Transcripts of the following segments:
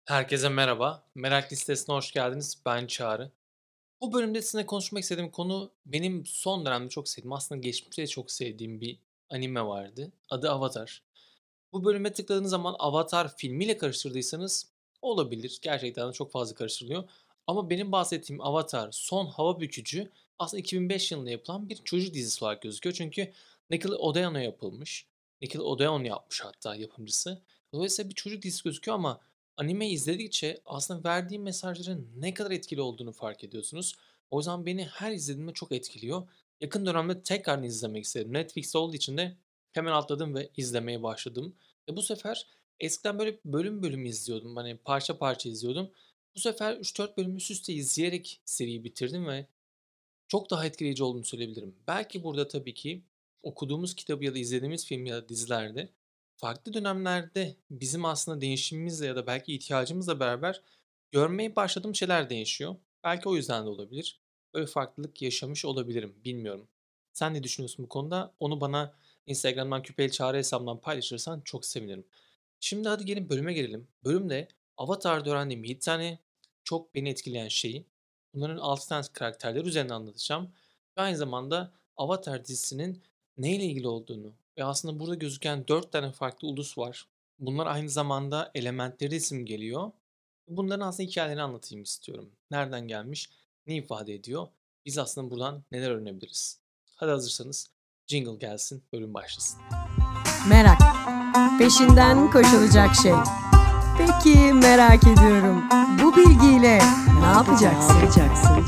Herkese merhaba. Merak listesine hoş geldiniz. Ben Çağrı. Bu bölümde sizinle konuşmak istediğim konu benim son dönemde çok sevdiğim, aslında geçmişte de çok sevdiğim bir anime vardı. Adı Avatar. Bu bölüme tıkladığınız zaman Avatar filmiyle karıştırdıysanız olabilir. Gerçekten de çok fazla karıştırılıyor. Ama benim bahsettiğim Avatar Son Hava Bükücü aslında 2005 yılında yapılan bir çocuk dizisi olarak gözüküyor. Çünkü Nickelodeon'a yapılmış. Nickelodeon yapmış hatta yapımcısı. Dolayısıyla bir çocuk dizisi gözüküyor ama anime izledikçe aslında verdiği mesajların ne kadar etkili olduğunu fark ediyorsunuz. O yüzden beni her izlediğimde çok etkiliyor. Yakın dönemde tekrar izlemek istedim. Netflix'te olduğu için de hemen atladım ve izlemeye başladım. Bu sefer eskiden böyle bölüm bölüm izliyordum. Hani parça parça izliyordum. Bu sefer 3-4 bölümü üst üste izleyerek seriyi bitirdim ve çok daha etkileyici olduğunu söyleyebilirim. Belki burada tabii ki okuduğumuz kitabı ya da izlediğimiz film ya da dizilerde farklı dönemlerde bizim aslında değişimimizle ya da belki ihtiyacımızla beraber görmeye başladığım şeyler değişiyor. Belki o yüzden de olabilir. Böyle farklılık yaşamış olabilirim. Bilmiyorum. Sen ne düşünüyorsun bu konuda? Onu bana Instagram'dan Küpeli Çağrı hesabından paylaşırsan çok sevinirim. Şimdi hadi gelin bölüme gelelim. Bölümde Avatar'da öğrendiğim 7 tane çok beni etkileyen şeyi, bunların 6 tane karakterleri üzerine anlatacağım. Ve aynı zamanda Avatar dizisinin neyle ilgili olduğunu ve aslında burada gözüken 4 tane farklı ulus var. Bunlar aynı zamanda elementleri simgeliyor. Bunların aslında hikayelerini anlatayım istiyorum. Nereden gelmiş, ne ifade ediyor? Biz aslında buradan neler öğrenebiliriz? Hadi hazırsanız jingle gelsin, bölüm başlasın. Merak. Peşinden koşulacak şey. Peki merak ediyorum. Bu bilgiyle ne yapacaksın?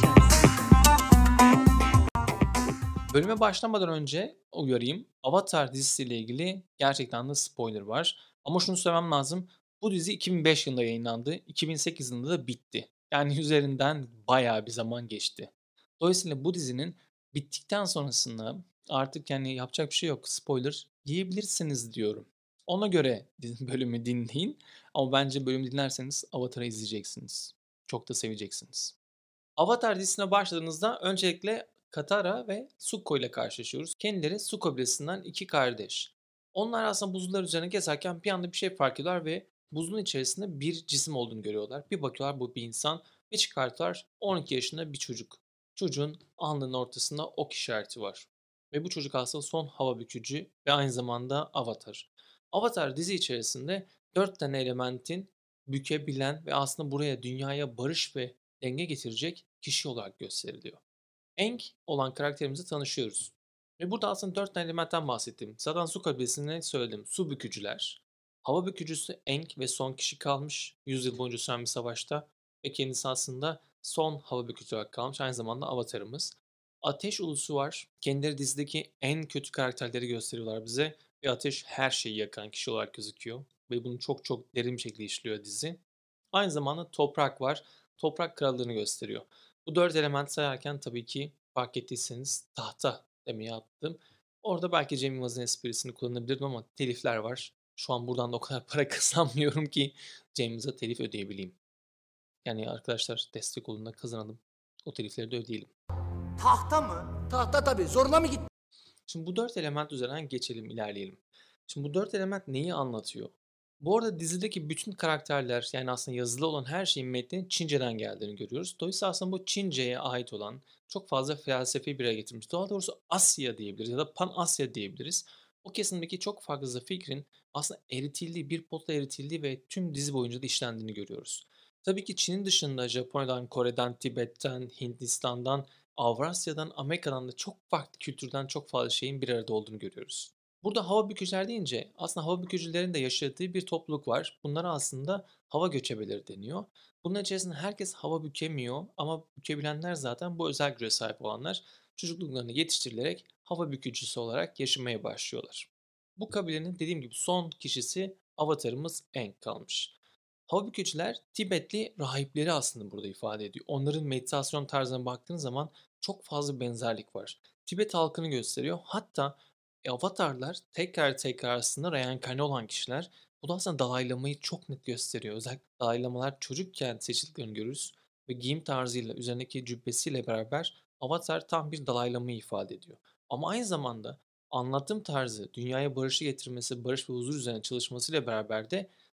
Bölüme başlamadan önce uyarayım. Avatar dizisiyle ilgili gerçekten de spoiler var. Ama şunu söylemem lazım. Bu dizi 2005 yılında yayınlandı. 2008 yılında da bitti. Yani üzerinden bayağı bir zaman geçti. Dolayısıyla bu dizinin bittikten sonrasında artık yani yapacak bir şey yok. Spoiler yiyebilirsiniz diyorum. Ona göre bölümü dinleyin. Ama bence bölümü dinlerseniz Avatar'ı izleyeceksiniz. Çok da seveceksiniz. Avatar dizisine başladığınızda öncelikle Katara ve Zuko ile karşılaşıyoruz. Kendileri Su kabilesinden iki kardeş. Onlar aslında buzullar üzerine gezerken bir anda bir şey fark ediyorlar ve buzun içerisinde bir cisim olduğunu görüyorlar. Bir bakıyorlar bu bir insan ve çıkartıyorlar 12 yaşında bir çocuk. Çocuğun alnının ortasında ok işareti var. Ve bu çocuk aslında son hava bükücü ve aynı zamanda Avatar. Avatar dizi içerisinde 4 tane elementin bükebilen ve aslında buraya dünyaya barış ve denge getirecek kişi olarak gösteriliyor. Aang olan karakterimizi tanışıyoruz. Ve burada aslında 4 tane elementten bahsettim. Zaten su kabilesini söyledim. Su bükücüler. Hava bükücüsü Aang ve son kişi kalmış. 100 yıl boyunca süren bir savaşta. Ve kendisi aslında son hava bükücü olarak kalmış. Aynı zamanda avatarımız. Ateş ulusu var. Kendileri dizideki en kötü karakterleri gösteriyorlar bize. Ve ateş her şeyi yakan kişi olarak gözüküyor. Ve bunu çok çok derin bir şekilde işliyor dizi. Aynı zamanda toprak var. Toprak krallığını gösteriyor. Bu 4 element sayarken tabii ki fark ettiyseniz tahta demeye attım. Orada belki Cem Yılmaz'ın esprisini kullanabilirdim ama telifler var. Şu an buradan da o kadar para kazanmıyorum ki Cem Yılmaz'a telif ödeyebileyim. Yani arkadaşlar destek olun da kazanalım. O telifleri de ödeyelim. Tahta mı? Tahta tabii. Zoruna mı gitti? Şimdi bu 4 element üzerinden geçelim, ilerleyelim. Şimdi bu 4 element neyi anlatıyor? Bu arada dizideki bütün karakterler, yani aslında yazılı olan her şeyin metninin Çince'den geldiğini görüyoruz. Dolayısıyla aslında bu Çince'ye ait olan çok fazla felsefi bir araya getirmiş. Daha doğrusu Asya diyebiliriz ya da Pan Asya diyebiliriz. O kesimdeki çok fazla fikrin aslında eritildiği, bir potla eritildiği ve tüm dizi boyunca da işlendiğini görüyoruz. Tabii ki Çin'in dışında Japonya'dan, Kore'den, Tibet'ten, Hindistan'dan, Avrasya'dan, Amerika'dan da çok farklı kültürden çok fazla şeyin bir arada olduğunu görüyoruz. Burada hava bükücüler deyince aslında hava bükücülerin de yaşadığı bir topluluk var. Bunlara aslında hava göçebeleri deniyor. Bunun içerisinde herkes hava bükemiyor ama bükebilenler zaten bu özel güce sahip olanlar çocukluklarında yetiştirilerek hava bükücüsü olarak yaşamaya başlıyorlar. Bu kabilenin dediğim gibi son kişisi avatarımız Aang kalmış. Hava bükücüler Tibetli rahipleri aslında burada ifade ediyor. Onların meditasyon tarzına baktığınız zaman çok fazla benzerlik var. Tibet halkını gösteriyor. Hatta avatarlar tekrar tekrar aslında reenkarne olan kişiler. Bu da aslında Dalai Lama'yı çok net gösteriyor. Özellikle Dalai Lamalar çocukken seçildiklerini görürüz. Ve giyim tarzıyla, üzerindeki cübbesiyle beraber avatar tam bir Dalai Lama'yı ifade ediyor. Ama aynı zamanda anlatım tarzı, dünyaya barışı getirmesi, barış ve huzur üzerine çalışmasıyla beraber de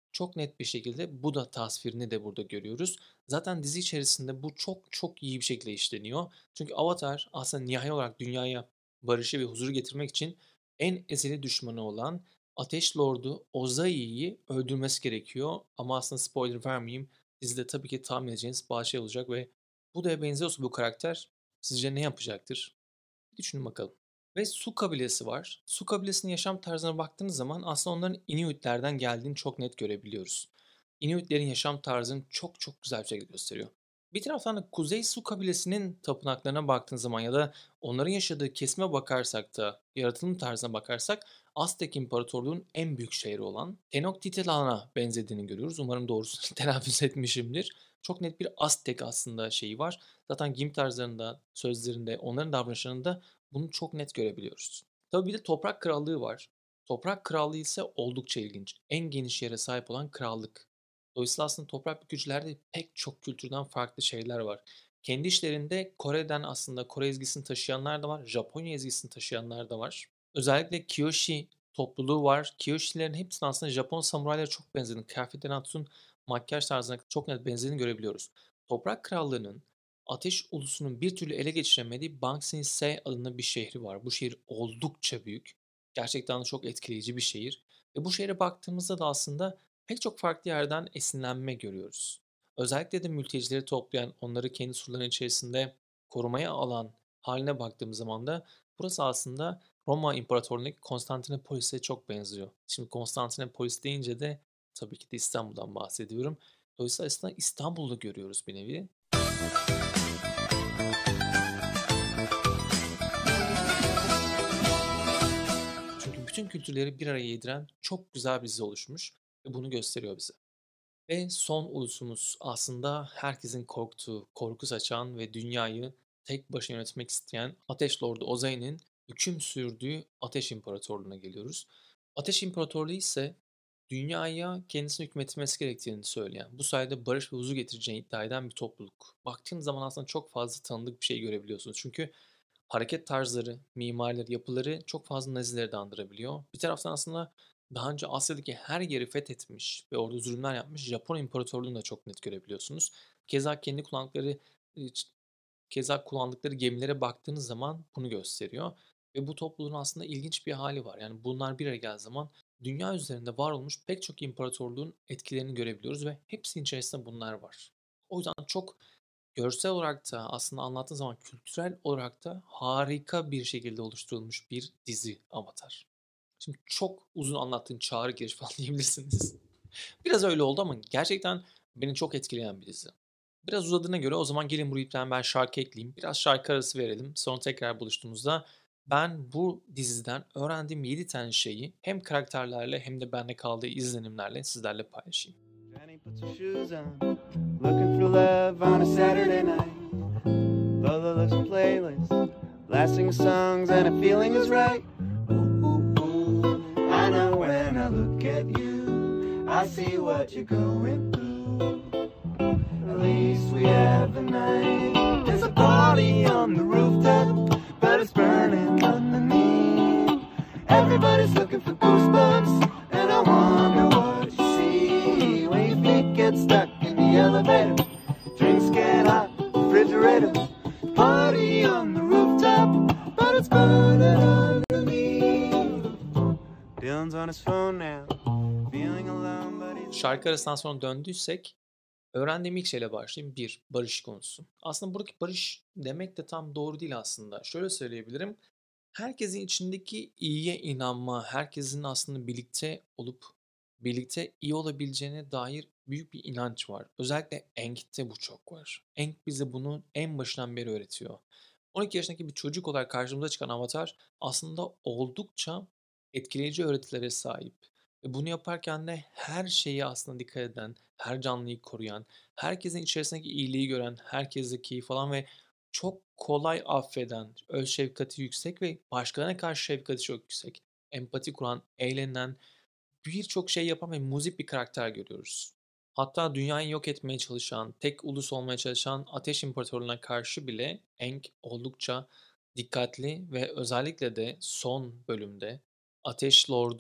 Çok net bir şekilde bu da tasvirini de burada görüyoruz. Zaten dizi içerisinde bu çok çok iyi bir şekilde işleniyor. Çünkü Avatar aslında nihai olarak dünyaya barışı ve huzuru getirmek için en ezeli düşmanı olan Ateş Lordu Ozai'yi öldürmesi gerekiyor. Ama aslında spoiler vermeyeyim. Dizide tabii ki tahmin edeceğiniz bazı şey olacak ve bu da benziyorsa bu karakter sizce ne yapacaktır? Bir düşünün bakalım. Ve Su kabilesi var. Su kabilesinin yaşam tarzına baktığınız zaman aslında onların Inuitlerden geldiğini çok net görebiliyoruz. Inuitlerin yaşam tarzını çok çok güzel bir şekilde gösteriyor. Bir taraftan da Kuzey Su kabilesinin tapınaklarına baktığınız zaman ya da onların yaşadığı kesime bakarsak da yaratılım tarzına bakarsak Aztek İmparatorluğu'nun en büyük şehri olan Tenochtitlan'a benzediğini görüyoruz. Umarım doğrusunu telaffuz etmişimdir. Çok net bir Aztek aslında şeyi var. Zaten giyim tarzlarında, sözlerinde, onların davranışlarında bunu çok net görebiliyoruz. Tabii bir de Toprak Krallığı var. Toprak Krallığı ise oldukça ilginç. En geniş yere sahip olan krallık. Dolayısıyla aslında toprak bükücülerde pek çok kültürden farklı şeyler var. Kendi işlerinde Kore'den aslında Kore ezgisini taşıyanlar da var. Japonya ezgisini taşıyanlar da var. Özellikle Kyoshi topluluğu var. Kyoshi'lerin hepsinin aslında Japon samuraylara çok benzediğini, kıyafetlerinden tutun makyaj tarzına çok net benzediğini görebiliyoruz. Toprak Krallığı'nın Ateş Ulusu'nun bir türlü ele geçiremediği Bangsin-se adında bir şehri var. Bu şehir oldukça büyük. Gerçekten de çok etkileyici bir şehir. Ve bu şehre baktığımızda da aslında pek çok farklı yerden esinlenme görüyoruz. Özellikle de mültecileri toplayan, onları kendi surların içerisinde korumaya alan haline baktığımız zaman da burası aslında Roma İmparatorluğu'ndaki Konstantinopolis'e çok benziyor. Şimdi Konstantinopolis deyince de tabii ki de İstanbul'dan bahsediyorum. Dolayısıyla aslında İstanbul'u görüyoruz bir nevi. Çünkü bütün kültürleri bir araya yediren çok güzel bir dizi oluşmuş ve bunu gösteriyor bize. Ve son ulusumuz aslında herkesin korktuğu, korku saçan ve dünyayı tek başına yönetmek isteyen Ateş Lordu Ozai'nin hüküm sürdüğü Ateş İmparatorluğu'na geliyoruz. Ateş İmparatorluğu ise dünyaya kendisini hükmetmesi gerektiğini söyleyen, bu sayede barış ve huzur getireceğini iddia eden bir topluluk. Baktığınız zaman aslında çok fazla tanıdık bir şey görebiliyorsunuz. Çünkü hareket tarzları, mimarileri, yapıları çok fazla Nazileri de andırabiliyor. Bir taraftan aslında daha önce Asya'daki her yeri fethetmiş ve orada zulümler yapmış Japon İmparatorluğu'nu da çok net görebiliyorsunuz. Keza kendi kullandıkları keza kullandıkları gemilere baktığınız zaman bunu gösteriyor. Ve bu topluluğun aslında ilginç bir hali var. Yani bunlar bir araya geldiği zaman dünya üzerinde var olmuş pek çok imparatorluğun etkilerini görebiliyoruz ve hepsinin içerisinde bunlar var. O yüzden çok görsel olarak da aslında anlattığı zaman kültürel olarak da harika bir şekilde oluşturulmuş bir dizi Avatar. Şimdi çok uzun anlattığım çağrı giriş falan diyebilirsiniz. Biraz öyle oldu ama gerçekten beni çok etkileyen bir dizi. Biraz uzadığına göre o zaman gelin buraya ben şarkı ekleyeyim. Biraz şarkı arası verelim. Sonra tekrar buluştuğumuzda ben bu diziden öğrendiğim 7 tane şeyi hem karakterlerle hem de bende kaldığı izlenimlerle sizlerle paylaşayım. Jenny puts her shoes on, looking for love on a Saturday night. Lola looks at playlist, blasting songs and a feeling is right. Ooh, ooh, I know when I look at you, I see what you're going through. At least we have a night. There's a party on the rooftop, but it's burning underneath. Everybody's looking for goosebumps, and I wonder what you see when your feet get stuck in the elevator. Drinks get hot, refrigerator. Party on the rooftop, but it's burning underneath. Dylan's on his phone now, feeling alone, but he's... Şarkı arasından sonra döndüysek öğrendiğim ilk şeyle başlayayım. Bir, barış konusu. Aslında buradaki barış demek de tam doğru değil aslında. Şöyle söyleyebilirim. Herkesin içindeki iyiye inanma, herkesin aslında birlikte olup birlikte iyi olabileceğine dair büyük bir inanç var. Özellikle Aang'te bu çok var. Aang bize bunu en başından beri öğretiyor. 12 yaşındaki bir çocuk olarak karşımıza çıkan Avatar aslında oldukça etkileyici öğretilere sahip. Ve bunu yaparken de her şeyi aslında dikkat eden, her canlıyı koruyan, herkesin içerisindeki iyiliği gören, herkese keyif alan ve çok kolay affeden, öz şefkati yüksek ve başkalarına karşı şefkati çok yüksek. Empati kuran, eğlenen, birçok şey yapan ve muzip bir karakter görüyoruz. Hatta dünyayı yok etmeye çalışan, tek ulus olmaya çalışan Ateş İmparatorluğu'na karşı bile Aang oldukça dikkatli ve özellikle de son bölümde Ateş Lordu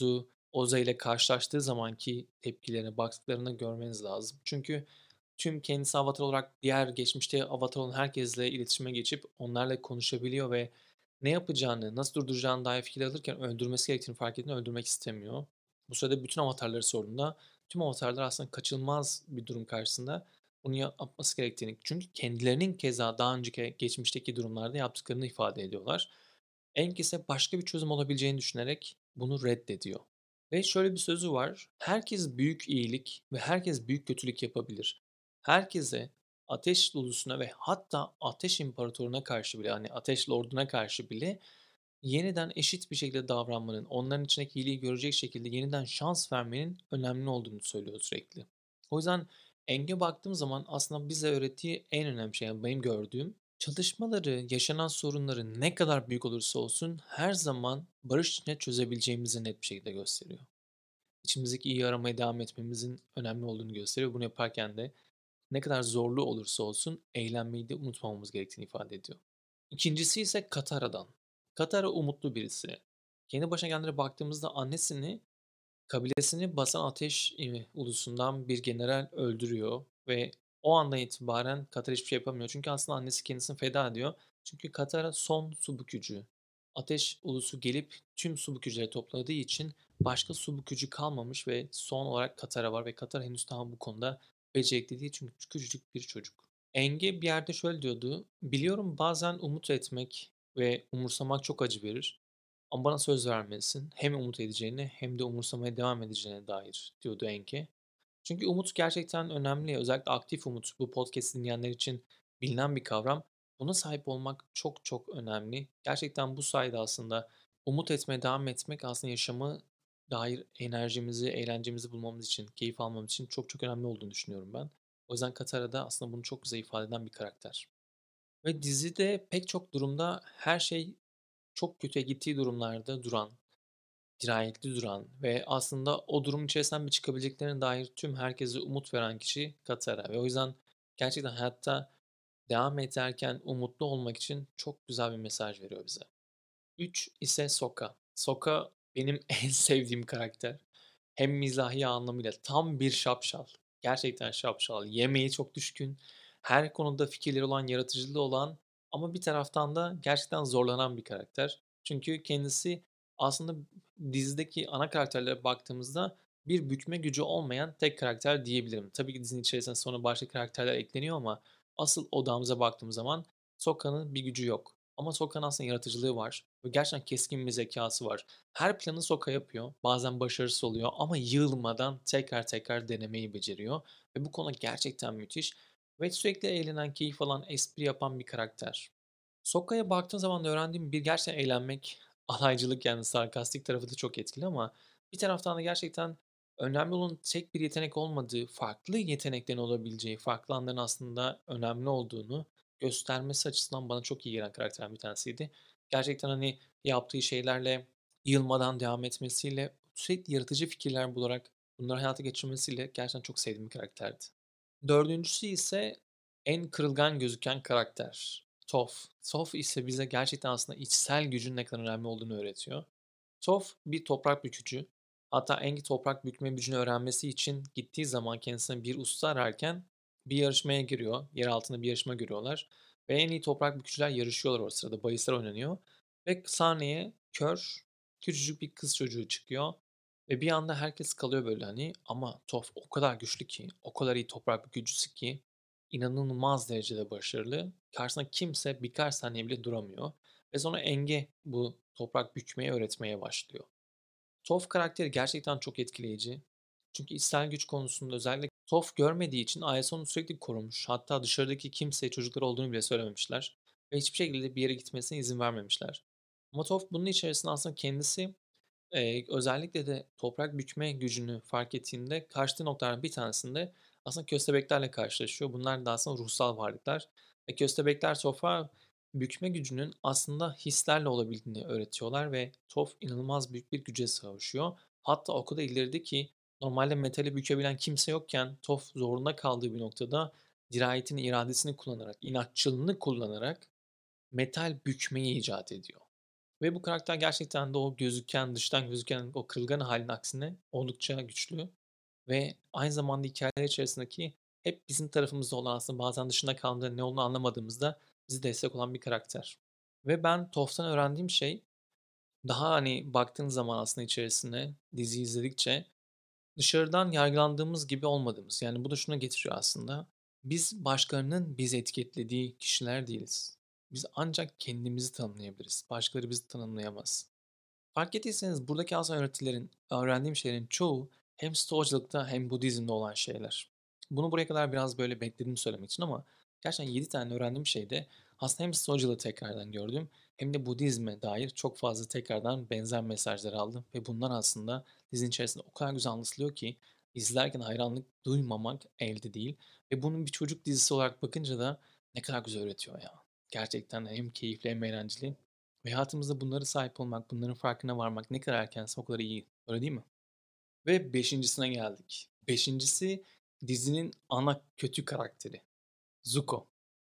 Oza ile karşılaştığı zamanki tepkilerine baktıklarını görmeniz lazım. Çünkü tüm kendisi avatar olarak diğer geçmişte avatar olan herkesle iletişime geçip onlarla konuşabiliyor ve ne yapacağını, nasıl durduracağını dair fikir alırken öldürmesi gerektiğini fark ettiğinde öldürmek istemiyor. Bu sırada bütün avatarları sorduğunda tüm avatarlar aslında kaçınılmaz bir durum karşısında bunu yapması gerektiğini, çünkü kendilerinin keza daha önceki geçmişteki durumlarda yaptıklarını ifade ediyorlar. Enki ise başka bir çözüm olabileceğini düşünerek bunu reddediyor. Ve şöyle bir sözü var. Herkes büyük iyilik ve herkes büyük kötülük yapabilir. Herkese, Ateş Ulusuna ve hatta Ateş İmparatoruna karşı bile, hani Ateş Lorduna karşı bile yeniden eşit bir şekilde davranmanın, onların içindeki iyiliği görecek şekilde yeniden şans vermenin önemli olduğunu söylüyor sürekli. O yüzden Eng'e baktığım zaman aslında bize öğrettiği en önemli şey, yani benim gördüğüm, çalışmaları, yaşanan sorunları ne kadar büyük olursa olsun her zaman barış içinde çözebileceğimizi net bir şekilde gösteriyor. İçimizdeki iyi aramaya devam etmemizin önemli olduğunu gösteriyor. Bunu yaparken de ne kadar zorlu olursa olsun eğlenmeyi de unutmamamız gerektiğini ifade ediyor. İkincisi ise Katara'dan. Katara umutlu birisi. Kendi başına gelenlere baktığımızda annesini kabilesini basan ateş ulusundan bir general öldürüyor ve o andan itibaren Katara hiçbir şey yapamıyor. Çünkü aslında annesi kendisini feda ediyor. Çünkü Katara son su bükücü. Ateş ulusu gelip tüm su bükücüleri topladığı için başka su bükücü kalmamış ve son olarak Katara var ve Katara henüz daha bu konuda becerikli değil çünkü küçücük bir çocuk. Enge bir yerde şöyle diyordu. Biliyorum bazen umut etmek ve umursamak çok acı verir. Ama bana söz vermelisin. Hem umut edeceğine hem de umursamaya devam edeceğine dair diyordu Enki. Çünkü umut gerçekten önemli. Özellikle aktif umut bu podcast dinleyenler için bilinen bir kavram. Buna sahip olmak çok çok önemli. Gerçekten bu sayede aslında umut etmeye devam etmek aslında yaşamı dair enerjimizi, eğlencemizi bulmamız için, keyif almamız için çok çok önemli olduğunu düşünüyorum ben. O yüzden Katara da aslında bunu çok güzel ifade eden bir karakter. Ve dizide pek çok durumda her şey çok kötüye gittiği durumlarda duran, dirayetli duran ve aslında o durum içerisinden bir çıkabileceklerine dair tüm herkese umut veren kişi Katara. Ve o yüzden gerçekten hayatta devam ederken umutlu olmak için çok güzel bir mesaj veriyor bize. 3 ise Sokka. Sokka benim en sevdiğim karakter. Hem mizahi anlamıyla tam bir şapşal. Gerçekten şapşal. Yemeği çok düşkün. Her konuda fikirleri olan, yaratıcılığı olan ama bir taraftan da gerçekten zorlanan bir karakter. Çünkü kendisi aslında dizideki ana karakterlere baktığımızda bir bükme gücü olmayan tek karakter diyebilirim. Tabii ki dizinin içerisinde sonra başka karakterler ekleniyor ama asıl odağımıza baktığımız zaman Sokka'nın bir gücü yok. Ama Sokka'nın aslında yaratıcılığı var ve gerçekten keskin bir zekası var. Her planı Sokka yapıyor. Bazen başarısız oluyor ama yılmadan tekrar tekrar denemeyi beceriyor. Ve bu konu gerçekten müthiş. Ve sürekli eğlenen, keyif alan, espri yapan bir karakter. Sokka'ya baktığın zaman da öğrendiğim bir gerçekten eğlenmek, alaycılık yani sarkastik tarafı da çok etkili ama bir taraftan da gerçekten önemli olan tek bir yetenek olmadığı, farklı yeteneklerin olabileceği, farklı anların aslında önemli olduğunu göstermesi açısından bana çok iyi gelen karakterden bir tanesiydi. Gerçekten hani yaptığı şeylerle yılmadan devam etmesiyle sürekli yaratıcı fikirler bularak bunları hayata geçirmesiyle gerçekten çok sevdiğim bir karakterdi. Dördüncüsü ise en kırılgan gözüken karakter. Toph. Toph ise bize gerçekten aslında içsel gücün ne kadar önemli olduğunu öğretiyor. Toph bir toprak bükücü. Hatta Enki toprak bükme gücünü öğrenmesi için gittiği zaman kendisine bir usta ararken bir yarışmaya giriyor. Yer altında bir yarışma görüyorlar. Ve en iyi toprak bükücüler yarışıyorlar o sırada. Bahisler oynanıyor. Ve sahneye kör, küçücük bir kız çocuğu çıkıyor. Ve bir anda herkes kalıyor böyle hani ama Toph o kadar güçlü ki, o kadar iyi toprak bükücüsü ki inanılmaz derecede başarılı. Karşısında kimse birkaç saniye bile duramıyor. Ve sonra Enge bu toprak bükmeyi öğretmeye başlıyor. Toph karakteri gerçekten çok etkileyici. Çünkü içsel güç konusunda özellikle Toph görmediği için ailesi onu sürekli korumuş. Hatta dışarıdaki kimseye çocukları olduğunu bile söylememişler. Ve hiçbir şekilde bir yere gitmesine izin vermemişler. Ama Toph bunun içerisinde aslında kendisi özellikle de toprak bükme gücünü fark ettiğinde karşıtı noktalardan bir tanesinde aslında köstebeklerle karşılaşıyor. Bunlar da aslında ruhsal varlıklar. Ve köstebekler Toph'a bükme gücünün aslında hislerle olabildiğini öğretiyorlar ve Toph inanılmaz büyük bir güce sahip. Hatta o kadar ileride ki normalde metali bükebilen kimse yokken Toph zorunda kaldığı bir noktada dirayetini, iradesini kullanarak, inatçılığını kullanarak metal bükmeyi icat ediyor. Ve bu karakter gerçekten de o gözüken, dıştan gözüken o kırılgan hâlinin aksine oldukça güçlü ve aynı zamanda hikâyeler içerisindeki hep bizim tarafımızda olan, aslında bazen dışında kaldığında ne olduğunu anlamadığımızda bize destek olan bir karakter. Ve ben Toph'tan öğrendiğim şey, daha, hani, baktığın zaman aslında içerisine, diziyi izledikçe dışarıdan yargılandığımız gibi olmadığımız. Yani bu da şuna getiriyor aslında. Biz başkalarının bizi etiketlediği kişiler değiliz. Biz ancak kendimizi tanımlayabiliriz. Başkaları bizi tanımlayamaz. Fark ettiyseniz buradaki aslında öğrendiğim şeylerin çoğu hem Stoacılıkta hem Budizm'de olan şeyler. Bunu buraya kadar biraz böyle bekledim söylemek için ama gerçekten 7 tane öğrendiğim şeyde aslında hem Stoacılığı tekrardan gördüm hem de Budizm'e dair çok fazla tekrardan benzer mesajlar aldım ve bunlar aslında dizinin içerisinde o kadar güzel anlatılıyor ki izlerken hayranlık duymamak elde değil ve bunun bir çocuk dizisi olarak bakınca da ne kadar güzel öğretiyor ya. Gerçekten hem keyifli hem eğlenceli ve hayatımızda bunlara sahip olmak, bunların farkına varmak ne kadar erkense o kadar iyi. Öyle değil mi? Ve beşincisine geldik. Beşincisi dizinin ana kötü karakteri. Zuko.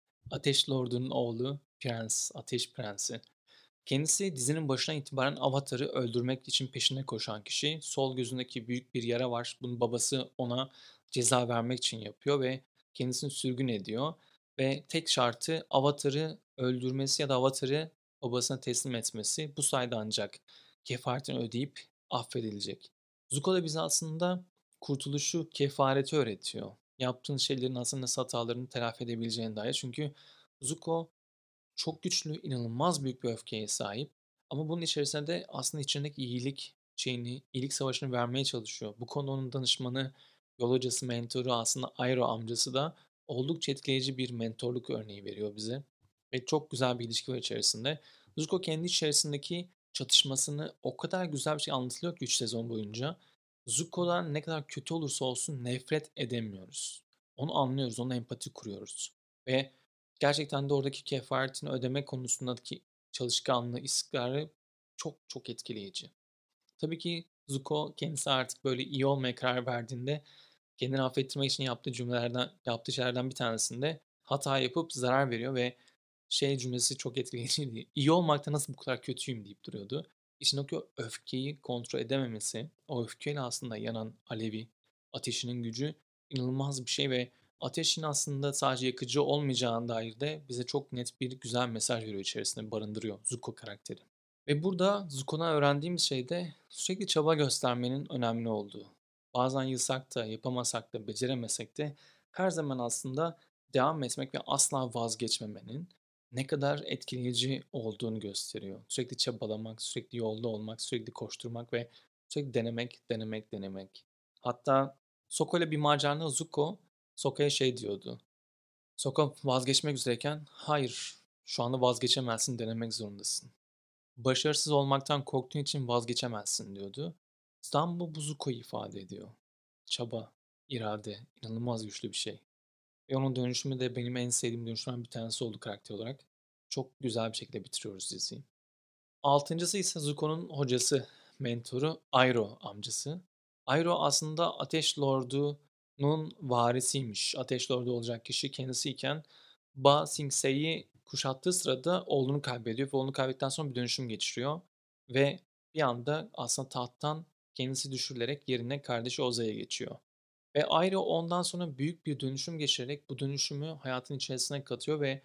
Ateş Lordu'nun oğlu Prens, Ateş Prensi. Kendisi dizinin başına itibaren Avatar'ı öldürmek için peşine koşan kişi. Sol gözündeki büyük bir yara var. Bunu babası ona ceza vermek için yapıyor ve kendisini sürgün ediyor. Ve tek şartı Avatar'ı öldürmesi ya da Avatar'ı babasına teslim etmesi. Bu sayede ancak kefaretini ödeyip affedilecek. Zuko da bize aslında kurtuluşu, kefareti öğretiyor. Yaptığın şeylerin aslında nasıl hatalarını telafi edebileceğine dair. Çünkü Zuko çok güçlü, inanılmaz büyük bir öfkeye sahip. Ama bunun içerisinde de aslında içindeki iyilik şeyini, iyilik savaşını vermeye çalışıyor. Bu konuda onun danışmanı, yol hocası, mentoru aslında Iroh amcası da oldukça etkileyici bir mentorluk örneği veriyor bize. Ve çok güzel bir ilişki var içerisinde. Zuko kendi içerisindeki çatışmasını o kadar güzel bir şey anlatılıyor ki 3 sezon boyunca. Zuko'dan ne kadar kötü olursa olsun nefret edemiyoruz. Onu anlıyoruz, ona empati kuruyoruz. Ve gerçekten de oradaki kefaretini ödeme konusundaki çalışkanlığı, istikrarı çok çok etkileyici. Tabii ki Zuko kendisi artık böyle iyi olmaya karar verdiğinde kendini affettirmek için yaptığı şeylerden bir tanesinde hata yapıp zarar veriyor ve şey cümlesi çok etkileyiciydi. İyi olmakta nasıl bu kadar kötüyüm deyip duruyordu. İçindeki o öfkeyi kontrol edememesi, o öfkeyle aslında yanan alevi, ateşinin gücü inanılmaz bir şey ve ateşin aslında sadece yakıcı olmayacağına dair de bize çok net bir güzel mesaj veriyor, içerisinde barındırıyor Zuko karakteri. Ve burada Zuko'dan öğrendiğimiz şey de sürekli çaba göstermenin önemli olduğu. Bazen yılsak da, yapamasak da, beceremesek de her zaman aslında devam etmek ve asla vazgeçmemenin ne kadar etkileyici olduğunu gösteriyor. Sürekli çabalamak, sürekli yolda olmak, sürekli koşturmak ve sürekli denemek, denemek, denemek. Hatta Sokka ile bir macerada Zuko, Sokka'ya şey diyordu. Sokka vazgeçmek üzereyken, hayır, şu anda vazgeçemezsin, denemek zorundasın. Başarısız olmaktan korktuğun için vazgeçemezsin diyordu. Tam bu Zuko'yu ifade ediyor. Çaba, irade, inanılmaz güçlü bir şey. Ve onun dönüşümü de benim en sevdiğim dönüşümden bir tanesi oldu karakter olarak. Çok güzel bir şekilde bitiriyoruz diziyi. Altıncısı ise Zuko'nun hocası, mentoru Iroh amcası. Iroh aslında Ateş Lordu'nun varisiymiş. Ateş Lordu olacak kişi kendisiyken Ba Sing Se'yi kuşattığı sırada oğlunu kaybediyor ve oğlunu kaybettikten sonra bir dönüşüm geçiriyor. Ve bir anda aslında tahttan kendisi düşürülerek yerine kardeşi Oza'ya geçiyor. Ve Iroh ondan sonra büyük bir dönüşüm geçirerek bu dönüşümü hayatın içerisine katıyor ve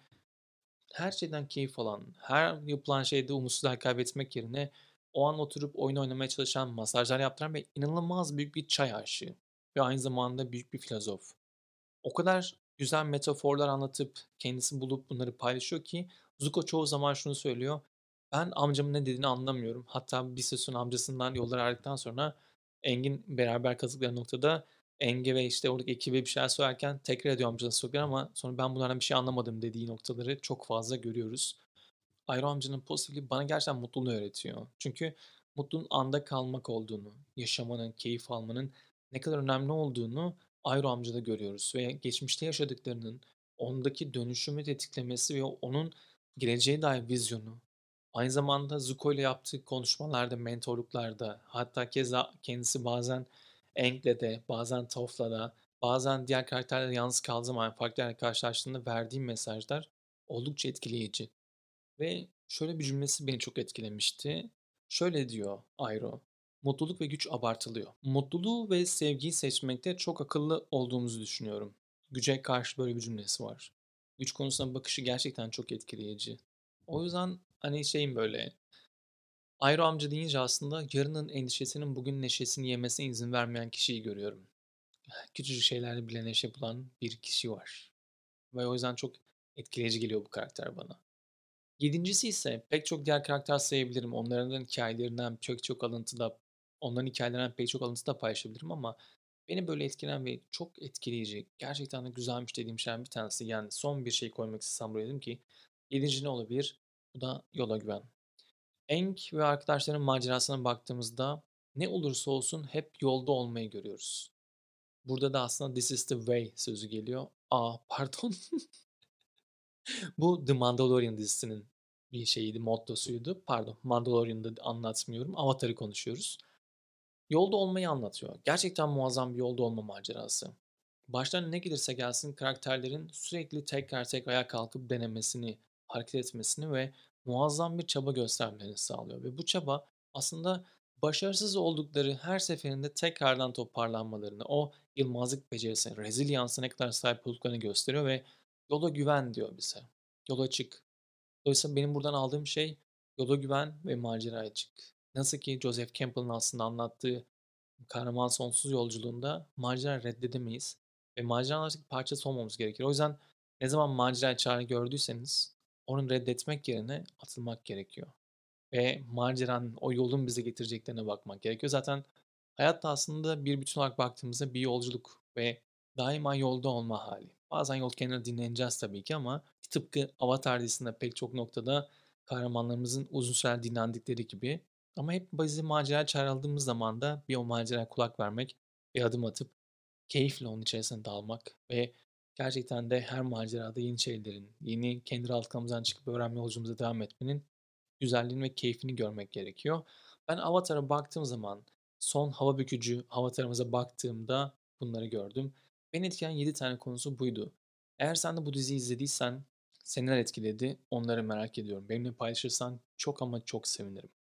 her şeyden keyif alan, her yapılan şeyde umutsuzlar kaybetmek yerine o an oturup oyun oynamaya çalışan, masajlar yaptıran ve inanılmaz büyük bir çay aşığı ve aynı zamanda büyük bir filozof. O kadar güzel metaforlar anlatıp kendisi bulup bunları paylaşıyor ki Zuko çoğu zaman şunu söylüyor. Ben amcamın ne dediğini anlamıyorum. Hatta bir süre sonra amcasından yollar ayrıldıktan sonra Engin beraber kaldıkları noktada Enge ve işte oradaki ekibe bir şeyler söylerken tekrar ediyor amcası söyler ama sonra ben bunlardan bir şey anlamadım dediği noktaları çok fazla görüyoruz. Ayro amcanın pozitifliği bana gerçekten mutluluğu öğretiyor. Çünkü mutluluğun anda kalmak olduğunu, yaşamanın, keyif almanın ne kadar önemli olduğunu Ayro amcada görüyoruz. Ve geçmişte yaşadıklarının ondaki dönüşümü tetiklemesi ve onun geleceğe dair vizyonu, aynı zamanda Zuko ile yaptığı konuşmalarda, mentorluklarda, hatta keza kendisi bazen Aang'le de, bazen Toph'la da, bazen diğer karakterlerle yalnız kaldığı zaman farklı yerlerle karşılaştığında verdiği mesajlar oldukça etkileyici. Ve Şöyle bir cümlesi beni çok etkilemişti. Şöyle diyor Iroh: "Mutluluk ve güç abartılıyor. Mutluluğu ve sevgiyi seçmekte çok akıllı olduğumuzu düşünüyorum." Güce karşı böyle bir cümlesi var. Güç konusuna bakışı gerçekten çok etkileyici. O yüzden, hani, şeyim böyle, Iroh amca deyince aslında yarının endişesinin bugün neşesini yemesine izin vermeyen kişiyi görüyorum. Küçücük şeylerle bile neşe bulan bir kişi var ve o yüzden çok etkileyici geliyor bu karakter bana. Yedincisi ise pek çok diğer karakter sayabilirim. Onların hikâyelerinden pek çok alıntı da paylaşabilirim ama beni böyle etkileyen ve çok etkileyici, gerçekten de güzelmiş dediğim şeylerden bir tanesi. Yani son bir şey koymak istesem buraya dedim ki 7'nci ne olabilir? Bu da yola güven. Aang ve arkadaşlarının macerasına baktığımızda ne olursa olsun hep yolda olmayı görüyoruz. Burada da aslında "This is the way" sözü geliyor. Pardon. Bu The Mandalorian dizisinin bir şeyiydi, mottosuydu. Pardon, Mandalorian'da anlatmıyorum. Avatar'ı konuşuyoruz. Yolda olmayı anlatıyor. Gerçekten muazzam bir yolda olma macerası. Başlarına ne gelirse gelsin karakterlerin sürekli tekrar tekrar ayağa kalkıp denemesini, hareket etmesini ve muazzam bir çaba göstermelerini sağlıyor. Ve bu çaba aslında başarısız oldukları her seferinde tekrardan toparlanmalarını, o yılmazlık becerisine, rezilyansa ne kadar sahip olduklarını gösteriyor ve yola güven diyor bize. Yola çık. Dolayısıyla benim buradan aldığım şey yola güven ve maceraya çık. Nasıl ki Joseph Campbell'ın aslında anlattığı kahraman sonsuz yolculuğunda macera reddedemeyiz ve maceranın artık bir parçası olmamız gerekir. O yüzden ne zaman maceraya çare gördüyseniz onu reddetmek yerine atılmak gerekiyor. Ve maceranın, o yolun bize getireceklerine bakmak gerekiyor. Zaten hayat da aslında bir bütün olarak baktığımızda bir yolculuk ve daima yolda olma hali. Bazen yol kenarında dinleneceğiz tabii ki ama tıpkı Avatar dizisinde pek çok noktada kahramanlarımızın uzun süre dinlendikleri gibi. Ama hep bizi maceraya çağrıldığımız zaman da bir o maceraya kulak vermek, bir adım atıp keyifle onun içerisine dalmak ve gerçekten de her macerada yeni şeylerin, yeni kendi rahatlıklarımızdan çıkıp öğrenme yolculuğumuza devam etmenin güzelliğini ve keyfini görmek gerekiyor. Ben Avatar'a baktığım zaman, son hava bükücü Avatar'ımıza baktığımda bunları gördüm. Beni etkileyen 7 tane konusu buydu. Eğer sen de bu diziyi izlediysen seni neler etkiledi onları merak ediyorum. Benimle paylaşırsan çok ama çok sevinirim.